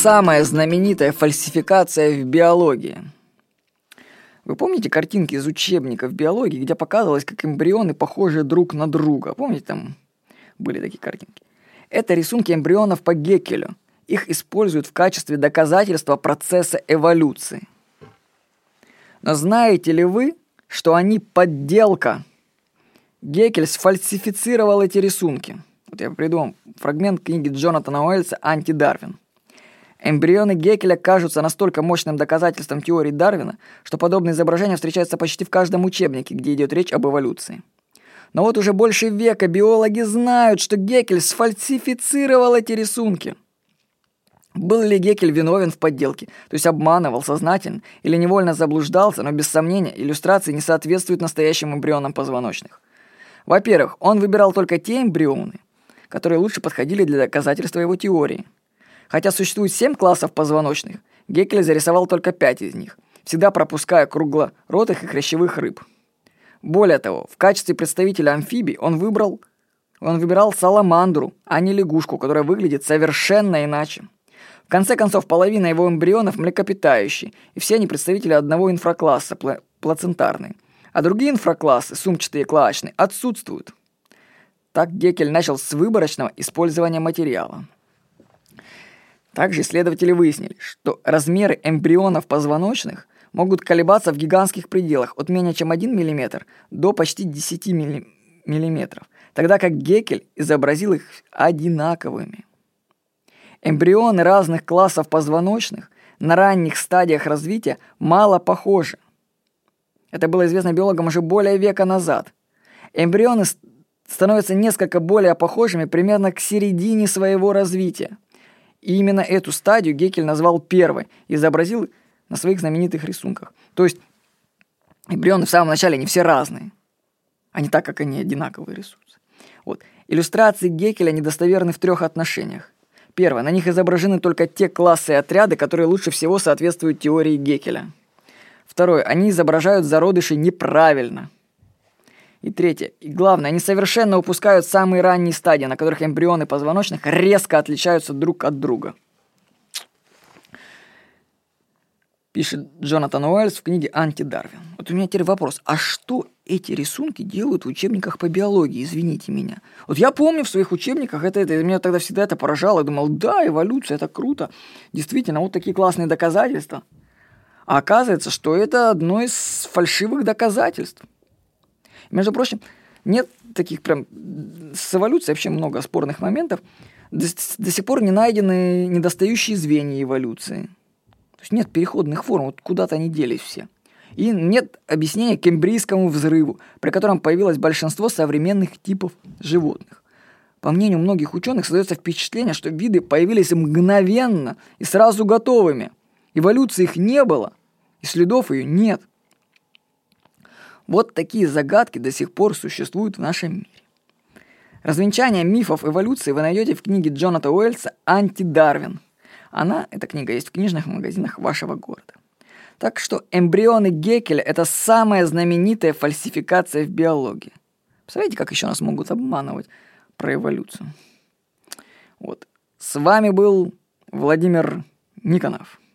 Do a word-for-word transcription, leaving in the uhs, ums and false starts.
самая знаменитая фальсификация в биологии. Вы помните картинки из учебников биологии, где показывалось, как эмбрионы похожи друг на друга? Помните, там были такие картинки? Это рисунки эмбрионов по Геккелю. Их используют в качестве доказательства процесса эволюции. Но знаете ли вы, что они подделка? Геккель сфальсифицировал эти рисунки. Вот я приду вам фрагмент книги Джонатана Уэллса «Анти-Дарвин». Эмбрионы Геккеля кажутся настолько мощным доказательством теории Дарвина, что подобные изображения встречаются почти в каждом учебнике, где идет речь об эволюции. Но вот уже больше века биологи знают, что Геккель сфальсифицировал эти рисунки. Был ли Геккель виновен в подделке, то есть обманывал сознательно или невольно заблуждался, но без сомнения иллюстрации не соответствуют настоящим эмбрионам позвоночных. Во-первых, он выбирал только те эмбрионы, которые лучше подходили для доказательства его теории. Хотя существует семь классов позвоночных, Геккель зарисовал только пять из них, всегда пропуская круглоротых и хрящевых рыб. Более того, в качестве представителя амфибий он выбрал, он выбирал саламандру, а не лягушку, которая выглядит совершенно иначе. В конце концов, половина его эмбрионов млекопитающие, и все они представители одного инфракласса, пла- плацентарные, а другие инфраклассы, сумчатые и клоачные, отсутствуют. Так Геккель начал с выборочного использования материала. Также исследователи выяснили, что размеры эмбрионов позвоночных могут колебаться в гигантских пределах от менее чем один миллиметр до почти десять миллиметров, тогда как Геккель изобразил их одинаковыми. Эмбрионы разных классов позвоночных на ранних стадиях развития мало похожи. Это было известно биологам уже более века назад. Эмбрионы становятся несколько более похожими примерно к середине своего развития. И именно эту стадию Геккель назвал первой и изобразил на своих знаменитых рисунках. То есть эмбрионы в самом начале не все разные, а не так, как они одинаковые рисуются. Вот. Иллюстрации Геккеля недостоверны в трех отношениях. Первое. На них изображены только те классы и отряды, которые лучше всего соответствуют теории Геккеля. Второе. Они изображают зародыши неправильно. И третье. И главное, они совершенно упускают самые ранние стадии, на которых эмбрионы позвоночных резко отличаются друг от друга. Пишет Джонатан Уэллс в книге «Анти-Дарвин». Вот у меня теперь вопрос. А что эти рисунки делают в учебниках по биологии? Извините меня. Вот я помню в своих учебниках, это, это меня тогда всегда это поражало. Я думал, да, эволюция, это круто. Действительно, вот такие классные доказательства. А оказывается, что это одно из фальшивых доказательств. Между прочим, нет таких прям... С эволюцией вообще много спорных моментов. До, до сих пор не найдены недостающие звенья эволюции. То есть нет переходных форм, вот куда-то они делись все. И нет объяснения кембрийскому взрыву, при котором появилось большинство современных типов животных. По мнению многих ученых, создается впечатление, что виды появились мгновенно и сразу готовыми. Эволюции их не было, и следов ее нет. Вот такие загадки до сих пор существуют в нашем мире. Развенчание мифов эволюции вы найдете в книге Джонатана Уэллса «Анти-Дарвин». Она, эта книга, есть в книжных магазинах вашего города. Так что эмбрионы Геккеля – это самая знаменитая фальсификация в биологии. Представляете, как еще нас могут обманывать про эволюцию? Вот. С вами был Владимир Никонов.